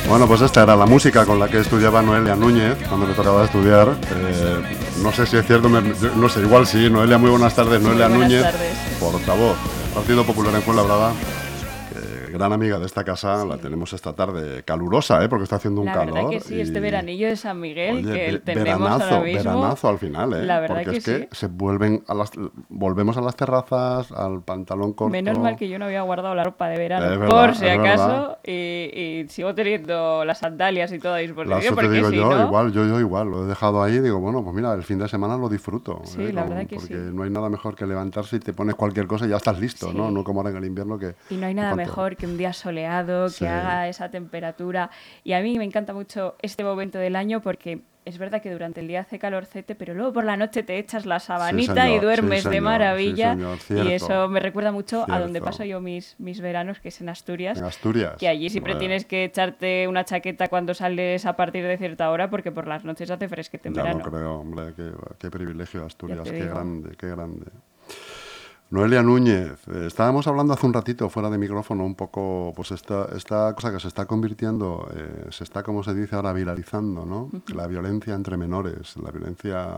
Bueno, pues esta era la música con la que estudiaba Noelia Núñez cuando me tocaba estudiar. No sé si es cierto, no sé, igual sí. Noelia, muy buenas tardes. Noelia Núñez, portavoz del Partido Popular en Fuenlabrada. Gran amiga de esta casa, sí. La tenemos esta tarde calurosa, porque está haciendo un calor. La verdad que sí, este veranillo de San Miguel, oye, que tenemos ahora mismo. Veranazo al final, La verdad porque que es que volvemos a las terrazas, al pantalón corto. Menos mal que yo no había guardado la ropa de verano, verdad, por si acaso, y sigo teniendo las sandalias y todo a disposición. Te digo yo, ¿no? yo igual, lo he dejado ahí, digo, bueno, pues mira, el fin de semana lo disfruto. Sí, la verdad que porque sí. no hay nada mejor que levantarse y te pones cualquier cosa y ya estás listo, sí. ¿no? No como ahora en el invierno que... Y no hay nada mejor que un día soleado, sí. que haga esa temperatura. Y a mí me encanta mucho este momento del año porque es verdad que durante el día hace calorcete, pero luego por la noche te echas la sabanita, sí, señor, y duermes de maravilla. Sí, señor, cierto, y eso me recuerda mucho a donde paso yo mis veranos, que es en Asturias. En Asturias. Que allí siempre tienes que echarte una chaqueta cuando sales a partir de cierta hora porque por las noches hace fresquete en verano. Ya lo creo, hombre, qué privilegio Asturias, qué grande, qué grande. Noelia Núñez, estábamos hablando hace un ratito fuera de micrófono un poco, pues esta cosa que se está convirtiendo, se está, como se dice ahora, viralizando, ¿no? Uh-huh. La violencia entre menores, la violencia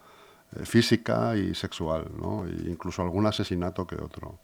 física y sexual, ¿no? E incluso algún asesinato que otro.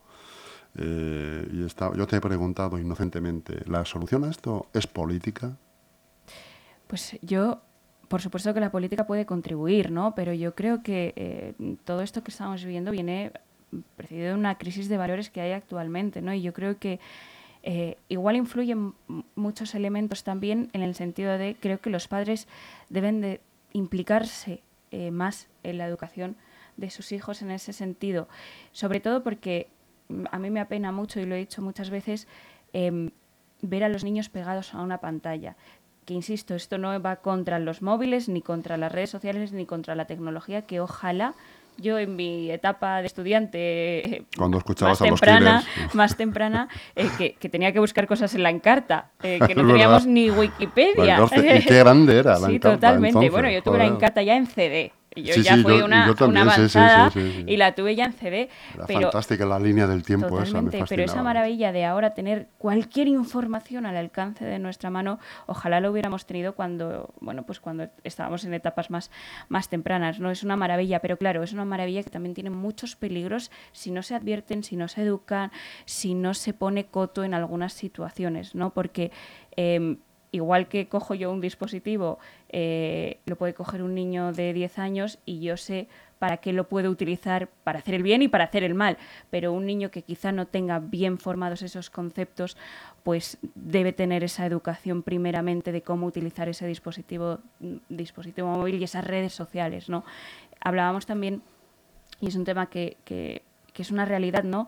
Yo te he preguntado inocentemente, ¿la solución a esto es política? Pues yo... Por supuesto que la política puede contribuir, ¿no? Pero yo creo que todo esto que estamos viviendo viene precedido de una crisis de valores que hay actualmente, ¿no? Y yo creo que igual influyen muchos elementos también en el sentido de, creo que los padres deben de implicarse más en la educación de sus hijos en ese sentido. Sobre todo porque a mí me apena mucho, y lo he dicho muchas veces, ver a los niños pegados a una pantalla. Que insisto, esto no va contra los móviles, ni contra las redes sociales, ni contra la tecnología, que ojalá yo en mi etapa de estudiante cuando escuchabas más temprana, que tenía que buscar cosas en la Encarta, que no teníamos ni Wikipedia. Y qué grande era la sí, Encarta. Totalmente. Entonces, bueno, yo tuve la Encarta ya en CD. Yo sí, ya fui una avanzada sí. Y la tuve ya en CD. Era fantástica la línea del tiempo. Totalmente, esa, pero esa maravilla de ahora tener cualquier información al alcance de nuestra mano, ojalá lo hubiéramos tenido cuando estábamos en etapas más tempranas, ¿no? Es una maravilla, pero claro, es una maravilla que también tiene muchos peligros si no se advierten, si no se educan, si no se pone coto en algunas situaciones, ¿no? Porque... igual que cojo yo un dispositivo, lo puede coger un niño de 10 años y yo sé para qué lo puedo utilizar para hacer el bien y para hacer el mal. Pero un niño que quizá no tenga bien formados esos conceptos, pues debe tener esa educación primeramente de cómo utilizar ese dispositivo móvil y esas redes sociales, ¿no? Hablábamos también, y es un tema que es una realidad, ¿no?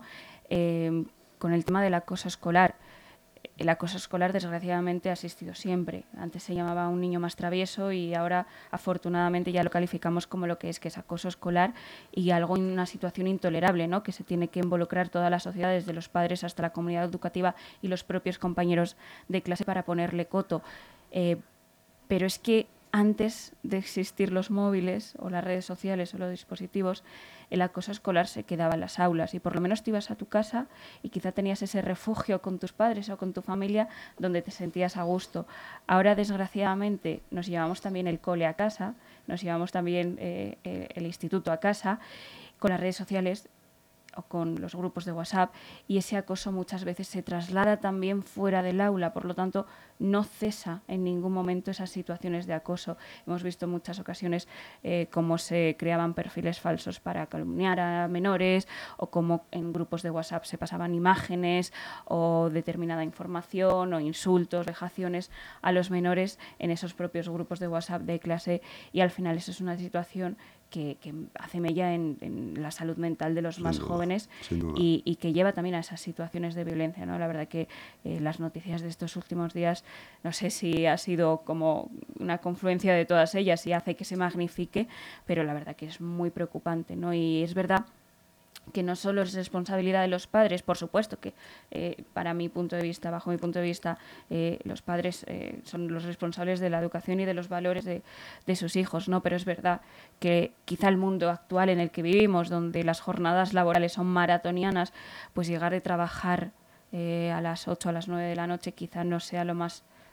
Con el tema del acoso escolar. El acoso escolar, desgraciadamente, ha existido siempre. Antes se llamaba un niño más travieso y ahora, afortunadamente, ya lo calificamos como lo que es acoso escolar y una situación intolerable, ¿no? Que se tiene que involucrar toda la sociedad, desde los padres hasta la comunidad educativa y los propios compañeros de clase para ponerle coto. Pero es que antes de existir los móviles o las redes sociales o los dispositivos, el acoso escolar se quedaba en las aulas y por lo menos te ibas a tu casa y quizá tenías ese refugio con tus padres o con tu familia donde te sentías a gusto. Ahora, desgraciadamente, nos llevamos también el cole a casa, nos llevamos también el instituto a casa, con las redes sociales o con los grupos de WhatsApp, y ese acoso muchas veces se traslada también fuera del aula, por lo tanto no cesa en ningún momento esas situaciones de acoso. Hemos visto en muchas ocasiones cómo se creaban perfiles falsos para calumniar a menores, o cómo en grupos de WhatsApp se pasaban imágenes o determinada información o insultos, vejaciones a los menores en esos propios grupos de WhatsApp de clase, y al final eso es una situación que hace mella en la salud mental de los más jóvenes y que lleva también a esas situaciones de violencia, ¿no? La verdad que las noticias de estos últimos días, no sé si ha sido como una confluencia de todas ellas y hace que se magnifique, pero la verdad que es muy preocupante, ¿no? Y es verdad que no solo es responsabilidad de los padres, por supuesto que bajo mi punto de vista, los padres son los responsables de la educación y de los valores de sus hijos, ¿no? Pero es verdad que quizá el mundo actual en el que vivimos, donde las jornadas laborales son maratonianas, pues llegar de trabajar a las 8 a las 9 de la noche quizá no sea lo más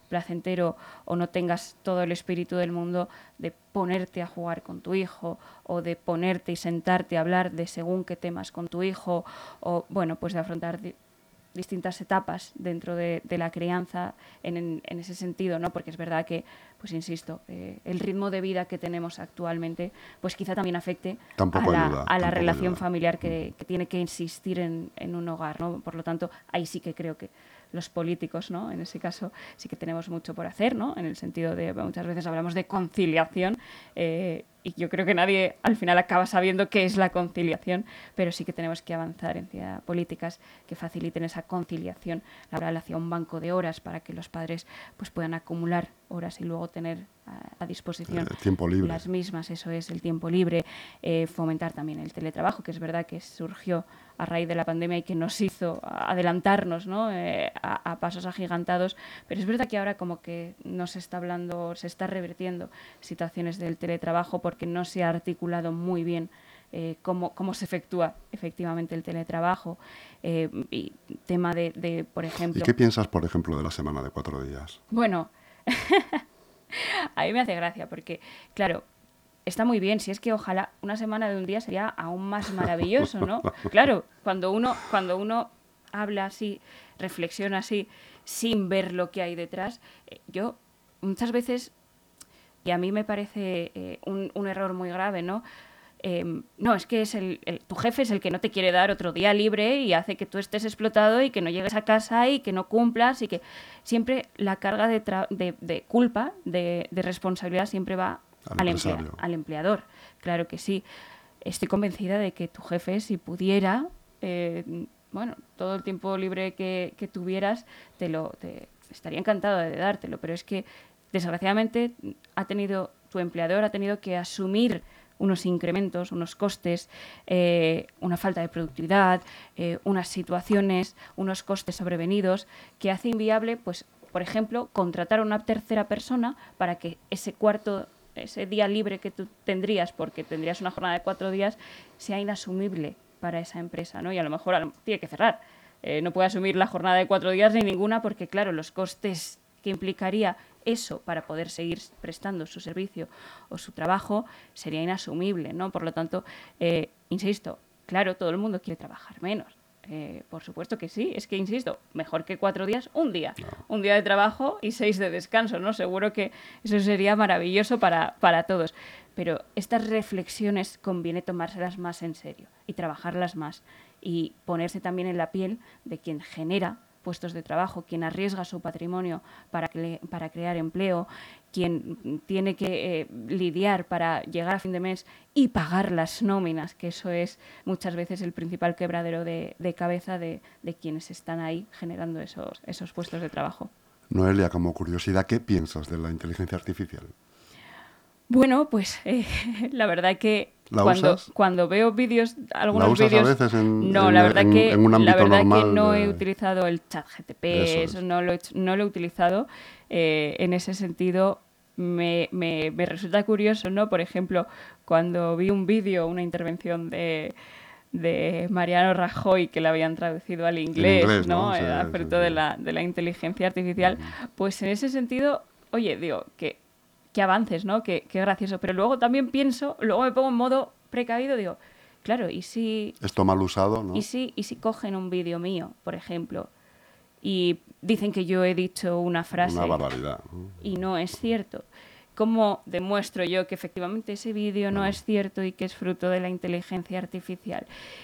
placentero o no tengas todo el espíritu del mundo de ponerte a jugar con tu hijo o de ponerte y sentarte a hablar de según qué temas con tu hijo o, bueno, pues de afrontar distintas etapas dentro de la crianza en ese sentido, ¿no? Porque es verdad que, pues insisto, el ritmo de vida que tenemos actualmente, pues quizá también afecte a la relación familiar que tiene que insistir en un hogar, ¿no? Por lo tanto, ahí sí que creo que los políticos, ¿no? En ese caso sí que tenemos mucho por hacer, ¿no? En el sentido de, muchas veces hablamos de conciliación, y yo creo que nadie al final acaba sabiendo qué es la conciliación, pero sí que tenemos que avanzar en políticas que faciliten esa conciliación laboral hacia un banco de horas para que los padres pues puedan acumular horas y luego tener a disposición tiempo libre. Las mismas, eso es, el tiempo libre, fomentar también el teletrabajo, que es verdad que surgió a raíz de la pandemia y que nos hizo adelantarnos, ¿no? A pasos agigantados, pero es verdad que ahora como que no se está hablando, se está revirtiendo situaciones del teletrabajo porque no se ha articulado muy bien cómo se efectúa efectivamente el teletrabajo, y tema de, por ejemplo... ¿Y qué piensas, por ejemplo, de la semana de 4 días? Bueno, a mí me hace gracia porque, claro, está muy bien, si es que ojalá una semana de un día sería aún más maravilloso, ¿no? Claro, cuando uno habla así, reflexiona así, sin ver lo que hay detrás, yo muchas veces, y a mí me parece un error muy grave, ¿no? No, es que es tu jefe es el que no te quiere dar otro día libre y hace que tú estés explotado y que no llegues a casa y que no cumplas y que siempre la carga de culpa, de responsabilidad siempre va al empleador. Claro que sí. Estoy convencida de que tu jefe, si pudiera, bueno, todo el tiempo libre que tuvieras, estaría encantado de dártelo, pero es que desgraciadamente tu empleador ha tenido que asumir unos incrementos, unos costes, una falta de productividad, unas situaciones, unos costes sobrevenidos que hace inviable, pues, por ejemplo, contratar a una tercera persona para que ese día libre que tú tendrías, porque tendrías una jornada de 4 días, sea inasumible para esa empresa, ¿no? Y a lo mejor tiene que cerrar. No puede asumir la jornada de 4 días ni ninguna porque, claro, los costes que implicaría eso para poder seguir prestando su servicio o su trabajo sería inasumible, ¿no? Por lo tanto, insisto, claro, todo el mundo quiere trabajar menos. Por supuesto que sí, es que, insisto, mejor que 4 días, un día. No. Un día de trabajo y 6 de descanso, ¿no? Seguro que eso sería maravilloso para todos. Pero estas reflexiones conviene tomárselas más en serio y trabajarlas más y ponerse también en la piel de quien genera puestos de trabajo, quien arriesga su patrimonio para crear empleo, quien tiene que lidiar para llegar a fin de mes y pagar las nóminas, que eso es muchas veces el principal quebradero de cabeza de quienes están ahí generando esos puestos de trabajo. Noelia, como curiosidad, ¿qué piensas de la inteligencia artificial? Bueno, pues la verdad que cuando veo vídeos, algunos vídeos... ¿La usas a veces la verdad que no de... he utilizado el ChatGPT, eso no lo he utilizado. En ese sentido, me resulta curioso, ¿no? Por ejemplo, cuando vi un vídeo, una intervención de Mariano Rajoy, que la habían traducido al inglés, ¿no? Sí, aspecto de la inteligencia artificial, pues en ese sentido, oye, digo, qué avances, ¿no? Qué gracioso. Pero luego también luego me pongo en modo precavido, digo, claro, ¿y si... Esto mal usado, ¿no? ¿Y si cogen un vídeo mío, por ejemplo, y dicen que yo he dicho una frase... Una barbaridad. Y no es cierto. ¿Cómo demuestro yo que efectivamente ese vídeo no es cierto y que es fruto de la inteligencia artificial?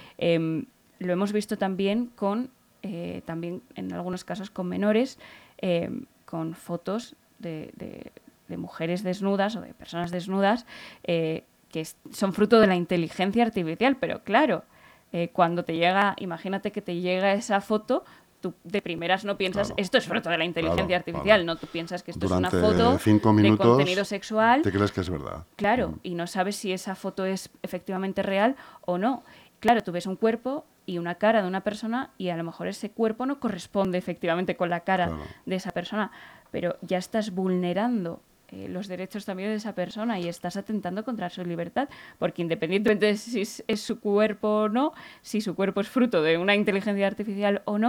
Lo hemos visto también también en algunos casos con menores, con fotos de mujeres desnudas o de personas desnudas que son fruto de la inteligencia artificial, pero claro, cuando te llega, imagínate que te llega esa foto, tú de primeras no piensas, esto es fruto de la inteligencia artificial, no, tú piensas que esto Durante es una foto 5 minutos de contenido sexual. ¿Te crees que es verdad? Claro, y no sabes si esa foto es efectivamente real o no. Claro, tú ves un cuerpo y una cara de una persona y a lo mejor ese cuerpo no corresponde efectivamente con la cara de esa persona, pero ya estás vulnerando los derechos también de esa persona y estás atentando contra su libertad, porque independientemente de si es su cuerpo o no, si su cuerpo es fruto de una inteligencia artificial o no,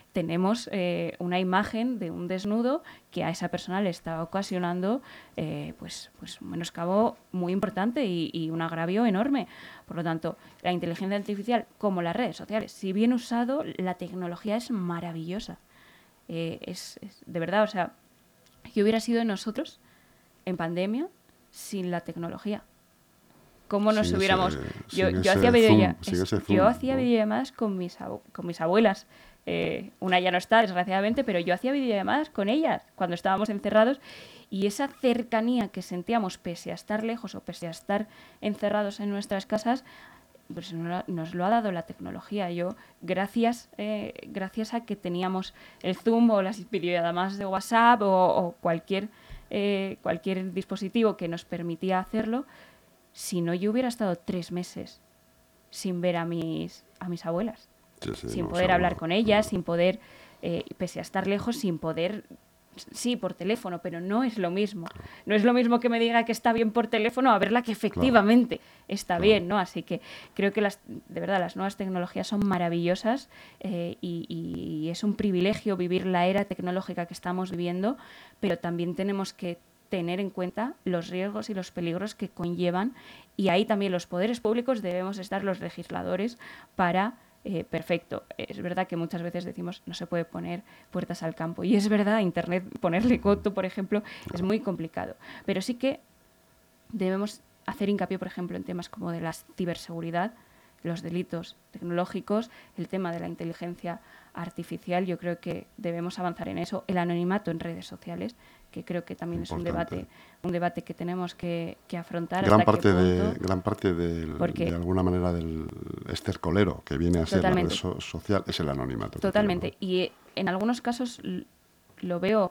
tenemos una imagen de un desnudo que a esa persona le está ocasionando pues un menoscabo muy importante y un agravio enorme. Por lo tanto, la inteligencia artificial, como las redes sociales, si bien usado, la tecnología es maravillosa. Es de verdad, o sea, ¿qué hubiera sido de nosotros en pandemia sin la tecnología? ¿Cómo nos hubiéramos...? Yo hacía videollamadas con mis abuelas. Una ya no está, desgraciadamente, pero yo hacía videollamadas con ellas cuando estábamos encerrados, y esa cercanía que sentíamos pese a estar lejos o pese a estar encerrados en nuestras casas, pues nos lo ha dado la tecnología. Yo, gracias a que teníamos el Zoom o las videollamadas de WhatsApp o cualquier dispositivo que nos permitía hacerlo, si no, yo hubiera estado 3 meses sin ver a mis abuelas, sin poder hablar con ellas, sin poder, pese a estar lejos, sin poder, sí, por teléfono, pero no es lo mismo. No es lo mismo que me diga que está bien por teléfono a verla que efectivamente está bien, ¿no? Así que creo que de verdad las nuevas tecnologías son maravillosas, y es un privilegio vivir la era tecnológica que estamos viviendo, pero también tenemos que tener en cuenta los riesgos y los peligros que conllevan, y ahí también los poderes públicos debemos estar, los legisladores, para... perfecto. Es verdad que muchas veces decimos no se puede poner puertas al campo, y es verdad, Internet, ponerle coto, por ejemplo, es muy complicado, pero sí que debemos hacer hincapié, por ejemplo, en temas como de la ciberseguridad, los delitos tecnológicos, el tema de la inteligencia artificial. Yo creo que debemos avanzar en eso, el anonimato en redes sociales, que creo que también Importante. es un debate que tenemos que afrontar. Gran parte de alguna manera del estercolero que viene a ser la red social es el anonimato. Totalmente. Y en algunos casos lo veo,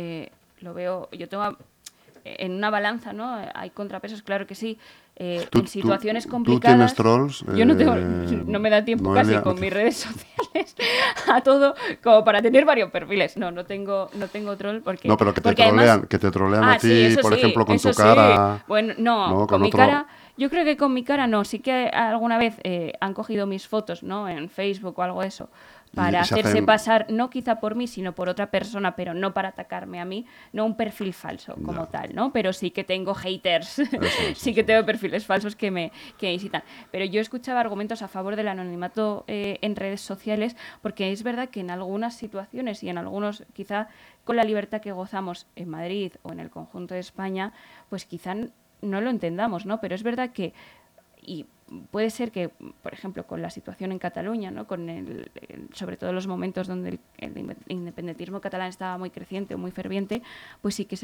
yo tengo en una balanza, ¿no? Hay contrapesos, claro que sí. En situaciones complicadas. ¿Tú tienes trolls? Yo no me da tiempo casi con mis redes sociales a todo como para tener varios perfiles. No tengo troll porque... No, pero que te trolean a ti, sí, por ejemplo, con tu cara. Bueno, no, con mi cara... Yo creo que con mi cara no. Sí que alguna vez han cogido mis fotos, ¿no? En Facebook o algo de eso, para hacerse pasar, no quizá por mí, sino por otra persona, pero no para atacarme a mí, no un perfil falso como tal, ¿no? Pero sí que tengo haters, sí que tengo perfiles falsos que me visitan. Pero yo escuchaba argumentos a favor del anonimato en redes sociales, porque es verdad que en algunas situaciones y en algunos, quizá con la libertad que gozamos en Madrid o en el conjunto de España, pues quizá no lo entendamos, ¿no? Pero es verdad que... Y puede ser que, por ejemplo, con la situación en Cataluña, ¿no? Con sobre todo los momentos donde el independentismo catalán estaba muy creciente o muy ferviente, pues sí que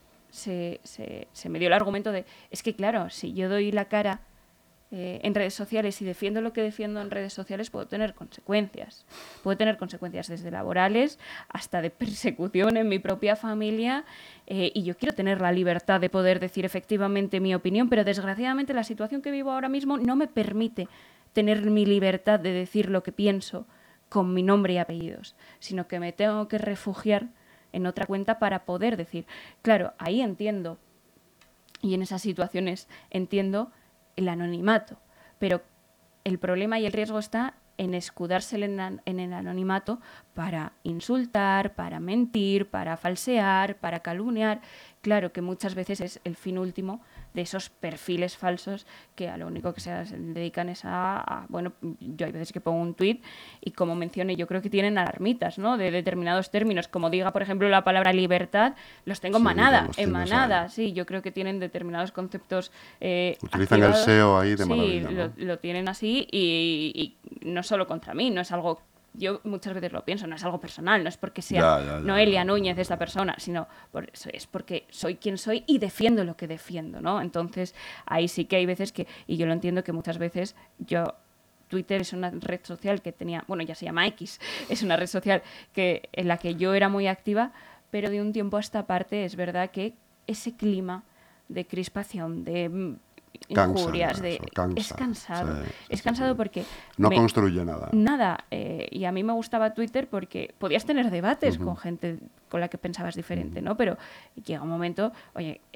se me dio el argumento de, es que claro, si yo doy la cara en redes sociales y defiendo lo que defiendo en redes sociales, puedo tener consecuencias. Puedo tener consecuencias desde laborales hasta de persecución en mi propia familia, y yo quiero tener la libertad de poder decir efectivamente mi opinión, pero desgraciadamente la situación que vivo ahora mismo no me permite tener mi libertad de decir lo que pienso con mi nombre y apellidos, sino que me tengo que refugiar en otra cuenta para poder decir. Claro, ahí entiendo, y en esas situaciones entiendo el anonimato, pero el problema y el riesgo está en escudarse en el anonimato para insultar, para mentir, para falsear, para calumniar. Claro que muchas veces es el fin último de esos perfiles falsos que a lo único que se dedican es bueno, yo hay veces que pongo un tuit y, como mencioné, yo creo que tienen alarmitas, ¿no? De determinados términos, como diga, por ejemplo, la palabra libertad, los tengo en manada, sí, yo creo que tienen determinados conceptos utilizan activados. El SEO ahí de maravilla, ¿no? Lo tienen así, y no solo contra mí, no es algo... Yo muchas veces lo pienso, no es algo personal, no es porque sea Noelia Núñez esta persona, sino es porque soy quien soy y defiendo lo que defiendo, ¿no? Entonces, ahí sí que hay veces que, y yo lo entiendo, que muchas veces Twitter es una red social que tenía, bueno, ya se llama X, es una red social en la que yo era muy activa, pero de un tiempo a esta parte es verdad que ese clima de crispación, de injurias, es cansado. Es cansado porque... No construye nada. Nada. Y a mí me gustaba Twitter porque podías tener debates con gente con la que pensabas diferente, ¿no? Pero llega un momento, oye, es que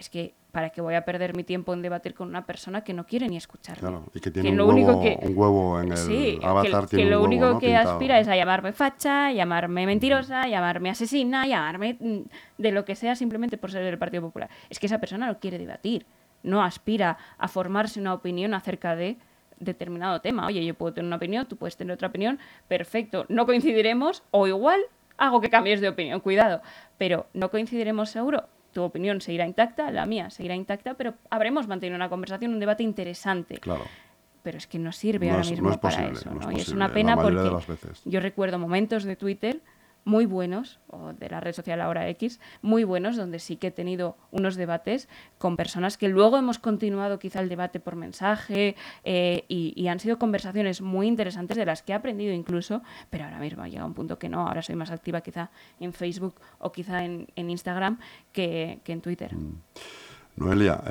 ¿para qué voy a perder mi tiempo en debatir con una persona que no quiere ni escucharme? Claro, y que tiene Que un lo huevo, único que, un huevo en el sí, avatar, que tiene un lo huevo, único ¿no? que Pintado. aspira es a llamarme facha, llamarme mentirosa, llamarme asesina, llamarme de lo que sea simplemente por ser del Partido Popular. Es que esa persona no quiere debatir, no aspira a formarse una opinión acerca de determinado tema. Oye, yo puedo tener una opinión, tú puedes tener otra opinión, perfecto, no coincidiremos o igual hago que cambies de opinión, cuidado, pero no coincidiremos seguro. Tu opinión seguirá intacta, la mía seguirá intacta, pero habremos mantenido una conversación, un debate interesante. Claro. Pero es que no sirve No ahora es, mismo no es para posible, eso, no es ¿no? Y es posible, una pena la mayoría porque de las veces. yo recuerdo momentos de Twitter muy buenos, o de la red social ahora X, muy buenos, donde sí que he tenido unos debates con personas que luego hemos continuado quizá el debate por mensaje y han sido conversaciones muy interesantes de las que he aprendido incluso, pero ahora mismo ha llegado un punto que no, ahora soy más activa quizá en Facebook o quizá en Instagram que en Twitter. Noelia,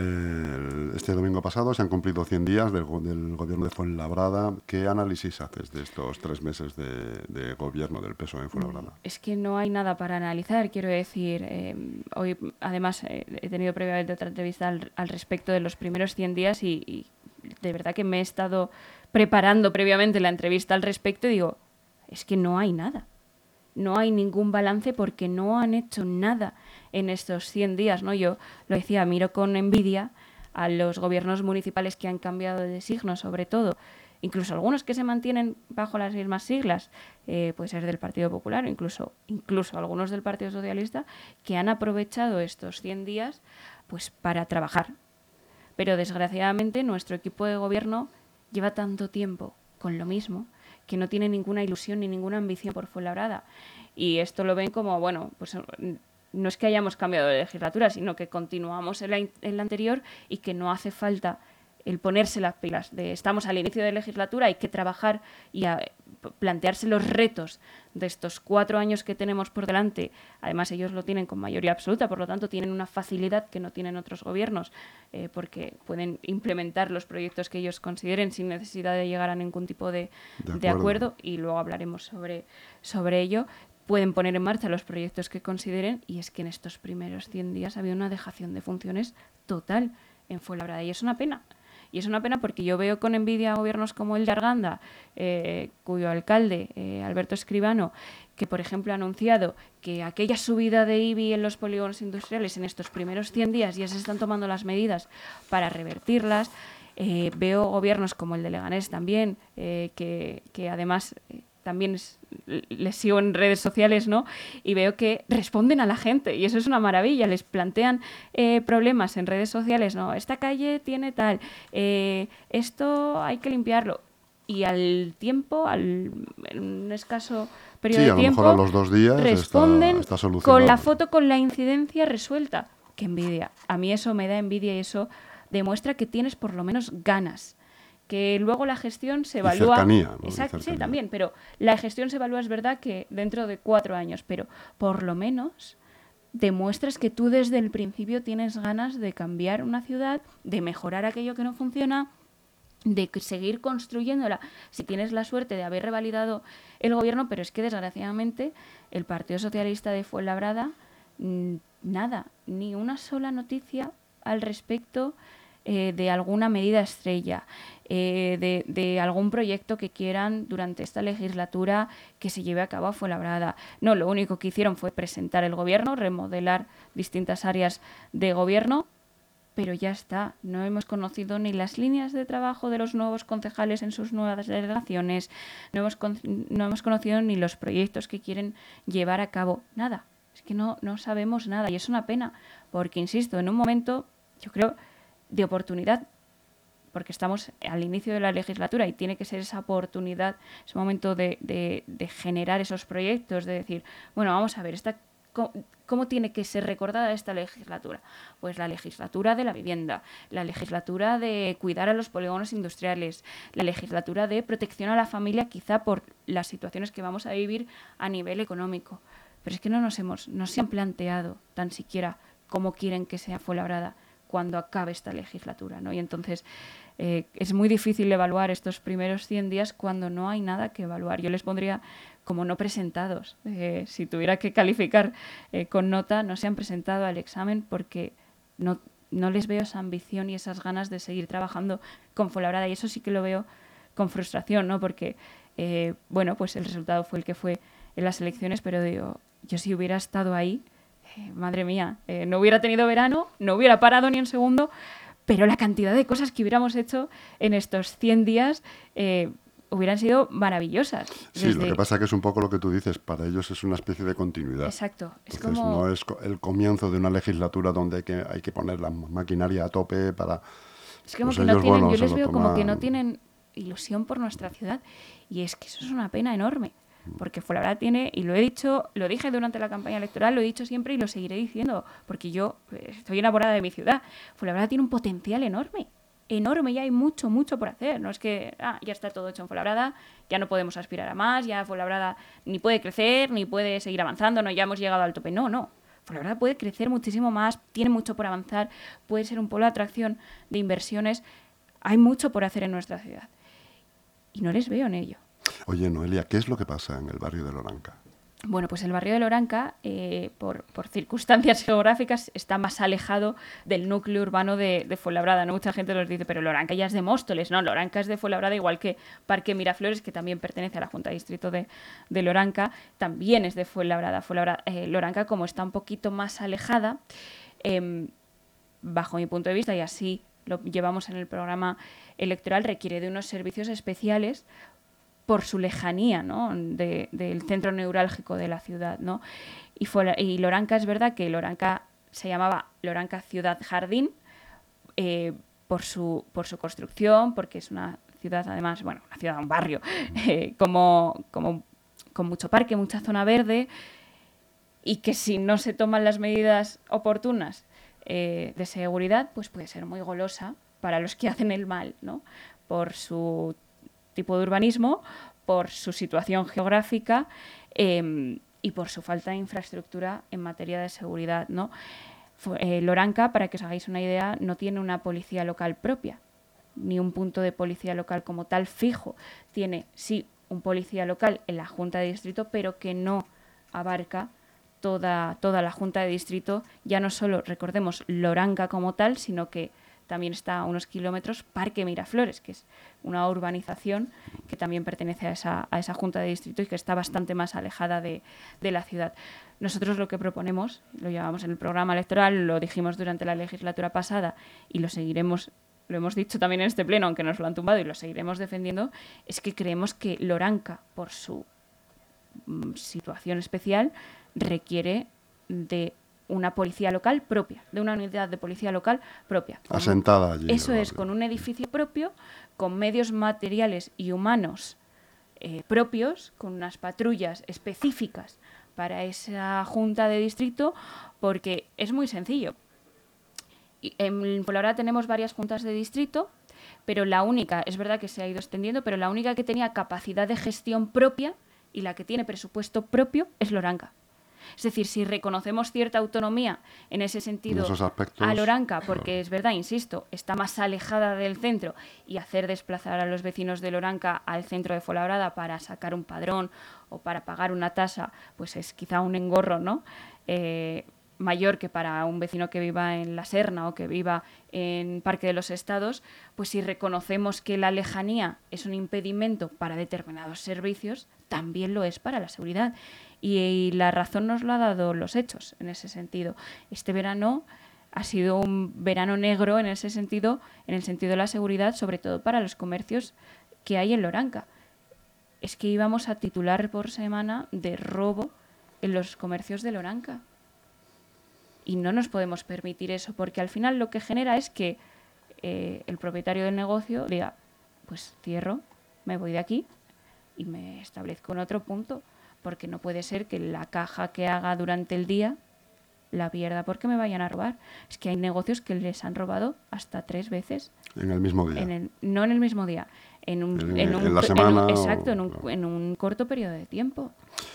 este domingo pasado se han cumplido 100 días del gobierno de Fuenlabrada. ¿Qué análisis haces de estos 3 meses de gobierno del PSOE en Fuenlabrada? Es que no hay nada para analizar, quiero decir. Hoy, además, he tenido previamente otra entrevista al respecto de los primeros 100 días y de verdad que me he estado preparando previamente la entrevista al respecto y digo, es que no hay nada. No hay ningún balance porque no han hecho nada en estos 100 días, ¿no? Yo lo decía, miro con envidia a los gobiernos municipales que han cambiado de signo, sobre todo. Incluso algunos que se mantienen bajo las mismas siglas, puede ser del Partido Popular, o incluso algunos del Partido Socialista, que han aprovechado estos 100 días pues para trabajar. Pero desgraciadamente nuestro equipo de gobierno lleva tanto tiempo con lo mismo que no tiene ninguna ilusión ni ninguna ambición por Fuenlabrada. Y esto lo ven como, bueno, pues no es que hayamos cambiado de legislatura, sino que continuamos en la anterior y que no hace falta el ponerse las pilas. Estamos al inicio de legislatura, hay que trabajar y plantearse los retos de estos 4 años que tenemos por delante. Además, ellos lo tienen con mayoría absoluta, por lo tanto, tienen una facilidad que no tienen otros gobiernos, porque pueden implementar los proyectos que ellos consideren sin necesidad de llegar a ningún tipo de acuerdo, y luego hablaremos sobre ello. Pueden poner en marcha los proyectos que consideren, y es que en estos primeros 100 días ha habido una dejación de funciones total en Fuenlabrada, y es una pena. Y es una pena porque yo veo con envidia a gobiernos como el de Arganda, cuyo alcalde, Alberto Escribano, que por ejemplo ha anunciado que aquella subida de IBI en los polígonos industriales en estos primeros 100 días ya se están tomando las medidas para revertirlas. Veo gobiernos como el de Leganés también, que además también les sigo en redes sociales, ¿no? Y veo que responden a la gente y eso es una maravilla. Les plantean problemas en redes sociales, ¿no? Esta calle tiene tal, esto hay que limpiarlo. Y al tiempo, en un escaso periodo de tiempo, a lo mejor a los 2 días responden está solucionado. con la foto con la incidencia resuelta. ¡Qué envidia! A mí eso me da envidia y eso demuestra que tienes por lo menos ganas. Que luego la gestión se evalúa. Cercanía, ¿no? Exacto, sí, también, pero la gestión se evalúa, es verdad, que dentro de 4 años, pero por lo menos demuestras que tú desde el principio tienes ganas de cambiar una ciudad, de mejorar aquello que no funciona, de seguir construyéndola si tienes la suerte de haber revalidado el gobierno, pero es que desgraciadamente el Partido Socialista de Fuenlabrada, nada, ni una sola noticia al respecto de alguna medida estrella, de algún proyecto que quieran durante esta legislatura que se lleve a cabo a Fuenlabrada. No, lo único que hicieron fue presentar el gobierno, remodelar distintas áreas de gobierno, pero ya está. No hemos conocido ni las líneas de trabajo de los nuevos concejales en sus nuevas delegaciones, no hemos conocido ni los proyectos que quieren llevar a cabo. Nada. Es que no sabemos nada y es una pena, porque, insisto, en un momento, yo creo, de oportunidad, porque estamos al inicio de la legislatura y tiene que ser esa oportunidad, ese momento de generar esos proyectos, de decir, bueno, vamos a ver, ¿cómo tiene que ser recordada esta legislatura? Pues la legislatura de la vivienda, la legislatura de cuidar a los polígonos industriales, la legislatura de protección a la familia, quizá por las situaciones que vamos a vivir a nivel económico. Pero es que no se han planteado tan siquiera cómo quieren que sea Fuenlabrada cuando acabe esta legislatura, ¿no? Y entonces es muy difícil evaluar estos primeros 100 días cuando no hay nada que evaluar. Yo les pondría como no presentados. Si tuviera que calificar con nota, no se han presentado al examen porque no no les veo esa ambición y esas ganas de seguir trabajando con Fuenlabrada, y eso sí que lo veo con frustración, ¿no? Porque, bueno, pues el resultado fue el que fue en las elecciones, pero digo, yo si hubiera estado ahí, madre mía, no hubiera tenido verano, no hubiera parado ni un segundo, pero la cantidad de cosas que hubiéramos hecho en estos 100 días hubieran sido maravillosas. Sí, lo que pasa es que es un poco lo que tú dices, para ellos es una especie de continuidad. Exacto. Entonces no es el comienzo de una legislatura donde hay que poner la maquinaria a tope para... Es como pues que ellos, no tienen, bueno, yo se les lo veo como que toman- no tienen ilusión por nuestra ciudad, y es que eso es una pena enorme, porque Fuenlabrada tiene, y lo he dicho, lo dije durante la campaña electoral, lo he dicho siempre y lo seguiré diciendo, porque yo estoy enamorada de mi ciudad. Fuenlabrada tiene un potencial enorme, enorme, y hay mucho, mucho por hacer. No es que ya está todo hecho en Fuenlabrada, ya no podemos aspirar a más, ya Fuenlabrada ni puede crecer, ni puede seguir avanzando, no, ya hemos llegado al tope. No, no. Fuenlabrada puede crecer muchísimo más, tiene mucho por avanzar, puede ser un polo de atracción de inversiones. Hay mucho por hacer en nuestra ciudad. Y no les veo en ello. Oye, Noelia, ¿qué es lo que pasa en el barrio de Loranca? Bueno, pues el barrio de Loranca, por circunstancias geográficas, está más alejado del núcleo urbano de Fuenlabrada, ¿no? Mucha gente nos dice, pero Loranca ya es de Móstoles. No, Loranca es de Fuenlabrada, igual que Parque Miraflores, que también pertenece a la Junta de Distrito de Loranca, también es de Fuenlabrada. Loranca, como está un poquito más alejada, bajo mi punto de vista, y así lo llevamos en el programa electoral, requiere de unos servicios especiales por su lejanía, ¿no? Del centro neurálgico de la ciudad, ¿no? Y Loranca, es verdad que Loranca se llamaba Loranca Ciudad Jardín por su construcción, porque es una ciudad, además, bueno, una ciudad, un barrio, con mucho parque, mucha zona verde, y que si no se toman las medidas oportunas de seguridad, pues puede ser muy golosa para los que hacen el mal, ¿no? Por su tipo de urbanismo, por su situación geográfica y por su falta de infraestructura en materia de seguridad, ¿no? Loranca, para que os hagáis una idea, no tiene una policía local propia, ni un punto de policía local como tal fijo. Tiene, sí, un policía local en la Junta de Distrito, pero que no abarca toda la Junta de Distrito, ya no solo, recordemos, Loranca como tal, sino que también está a unos kilómetros Parque Miraflores, que es una urbanización que también pertenece a esa Junta de Distrito y que está bastante más alejada de la ciudad. Nosotros lo que proponemos, lo llevamos en el programa electoral, lo dijimos durante la legislatura pasada y lo seguiremos, lo hemos dicho también en este pleno, aunque nos lo han tumbado, y lo seguiremos defendiendo, es que creemos que Loranca, por su situación especial, requiere de una policía local propia, de una unidad de policía local propia. Asentada allí. Eso es, con un edificio propio, con medios materiales y humanos propios, con unas patrullas específicas para esa junta de distrito, porque es muy sencillo. En Fuenlabrada tenemos varias juntas de distrito, pero la única, es verdad que se ha ido extendiendo, pero la única que tenía capacidad de gestión propia y la que tiene presupuesto propio es Loranca. Es decir, si reconocemos cierta autonomía en ese sentido a Loranca, porque es verdad, insisto, está más alejada del centro, y hacer desplazar a los vecinos de Loranca al centro de Fuenlabrada para sacar un padrón o para pagar una tasa, pues es quizá un engorro, ¿no? Mayor que para un vecino que viva en La Serna o que viva en Parque de los Estados. Pues si reconocemos que la lejanía es un impedimento para determinados servicios, también lo es para la seguridad. Y la razón nos lo ha dado los hechos en ese sentido. Este verano ha sido un verano negro en ese sentido, en el sentido de la seguridad, sobre todo para los comercios que hay en Loranca. Es que íbamos a titular por semana de robo en los comercios de Loranca. Y no nos podemos permitir eso, porque al final lo que genera es que el propietario del negocio diga, pues cierro, me voy de aquí y me establezco en otro punto, porque no puede ser que la caja que haga durante el día la pierda porque me vayan a robar. Es que hay negocios que les han robado hasta 3 veces. En el mismo día. No en el mismo día, en la semana. Exacto, en un corto periodo de tiempo.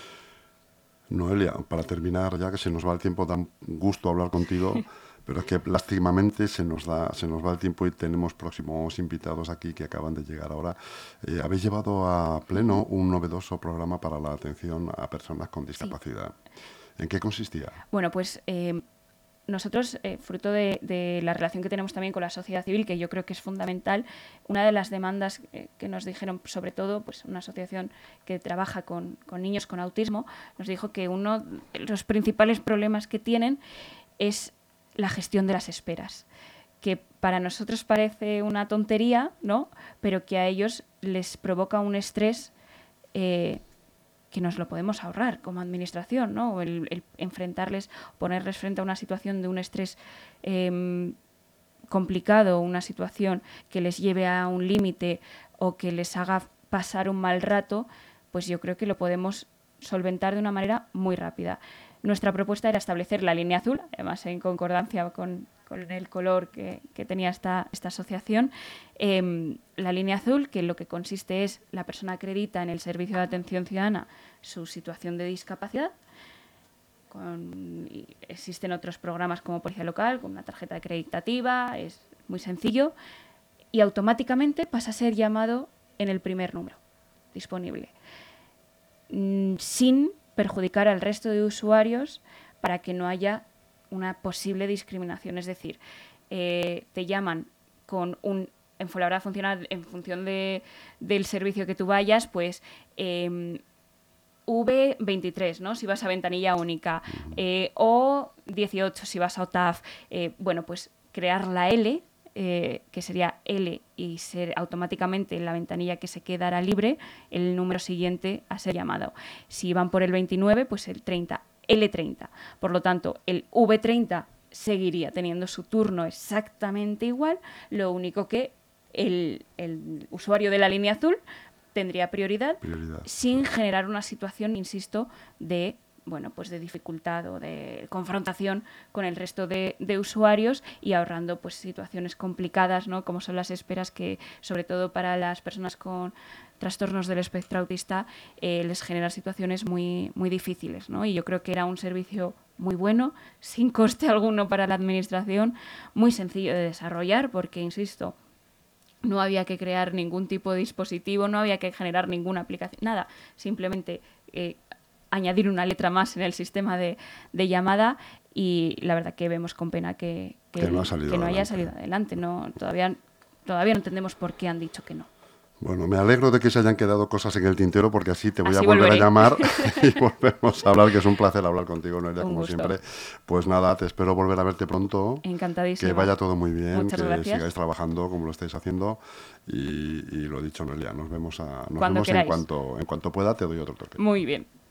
Noelia, para terminar, ya que se nos va el tiempo, da gusto hablar contigo, pero es que lástimamente se nos va el tiempo y tenemos próximos invitados aquí que acaban de llegar ahora. Habéis llevado a pleno un novedoso programa para la atención a personas con discapacidad. Sí. ¿En qué consistía? Bueno, pues nosotros, fruto de la relación que tenemos también con la sociedad civil, que yo creo que es fundamental, una de las demandas que nos dijeron, sobre todo pues una asociación que trabaja con niños con autismo, nos dijo que uno de los principales problemas que tienen es la gestión de las esperas, que para nosotros parece una tontería, ¿no? Pero que a ellos les provoca un estrés que nos lo podemos ahorrar como administración, ¿no? El enfrentarles, ponerles frente a una situación de un estrés complicado, una situación que les lleve a un límite o que les haga pasar un mal rato, pues yo creo que lo podemos solventar de una manera muy rápida. Nuestra propuesta era establecer la línea azul, además en concordancia con el color que tenía esta asociación. La línea azul, que lo que consiste es la persona acredita en el Servicio de Atención Ciudadana su situación de discapacidad. Existen otros programas como Policía Local, con una tarjeta acreditativa, es muy sencillo, y automáticamente pasa a ser llamado en el primer número disponible, sin perjudicar al resto de usuarios para que no haya una posible discriminación. Es decir, te llaman con en la hora funcional, en función del servicio que tú vayas, pues V23, ¿no? Si vas a ventanilla única, o 18 si vas a OTAF. Bueno, pues crear la L, que sería L, y ser automáticamente la ventanilla que se quedará libre, el número siguiente a ser llamado. Si van por el 29, pues el 30, L30. Por lo tanto, el V30 seguiría teniendo su turno exactamente igual, lo único que el usuario de la línea azul tendría prioridad sin generar una situación, insisto, de dificultad o de confrontación con el resto de usuarios, y ahorrando pues situaciones complicadas, ¿no? Como son las esperas, que sobre todo para las personas con trastornos del espectro autista les genera situaciones muy, muy difíciles, ¿no? Y yo creo que era un servicio muy bueno, sin coste alguno para la administración, muy sencillo de desarrollar, porque, insisto, no había que crear ningún tipo de dispositivo, no había que generar ninguna aplicación, nada, simplemente añadir una letra más en el sistema de llamada, y la verdad que vemos con pena que no haya salido adelante. No, todavía no entendemos por qué han dicho que no. Bueno, me alegro de que se hayan quedado cosas en el tintero, porque así te voy a volver a llamar y volvemos a hablar, que es un placer hablar contigo, Noelia, como gusto. Siempre. Pues nada, te espero volver a verte pronto. Encantadísimo. Que vaya todo muy bien. Muchas gracias. Que sigáis trabajando como lo estáis haciendo. Y lo dicho, Noelia, nos vemos en cuanto pueda, te doy otro toque. Muy bien.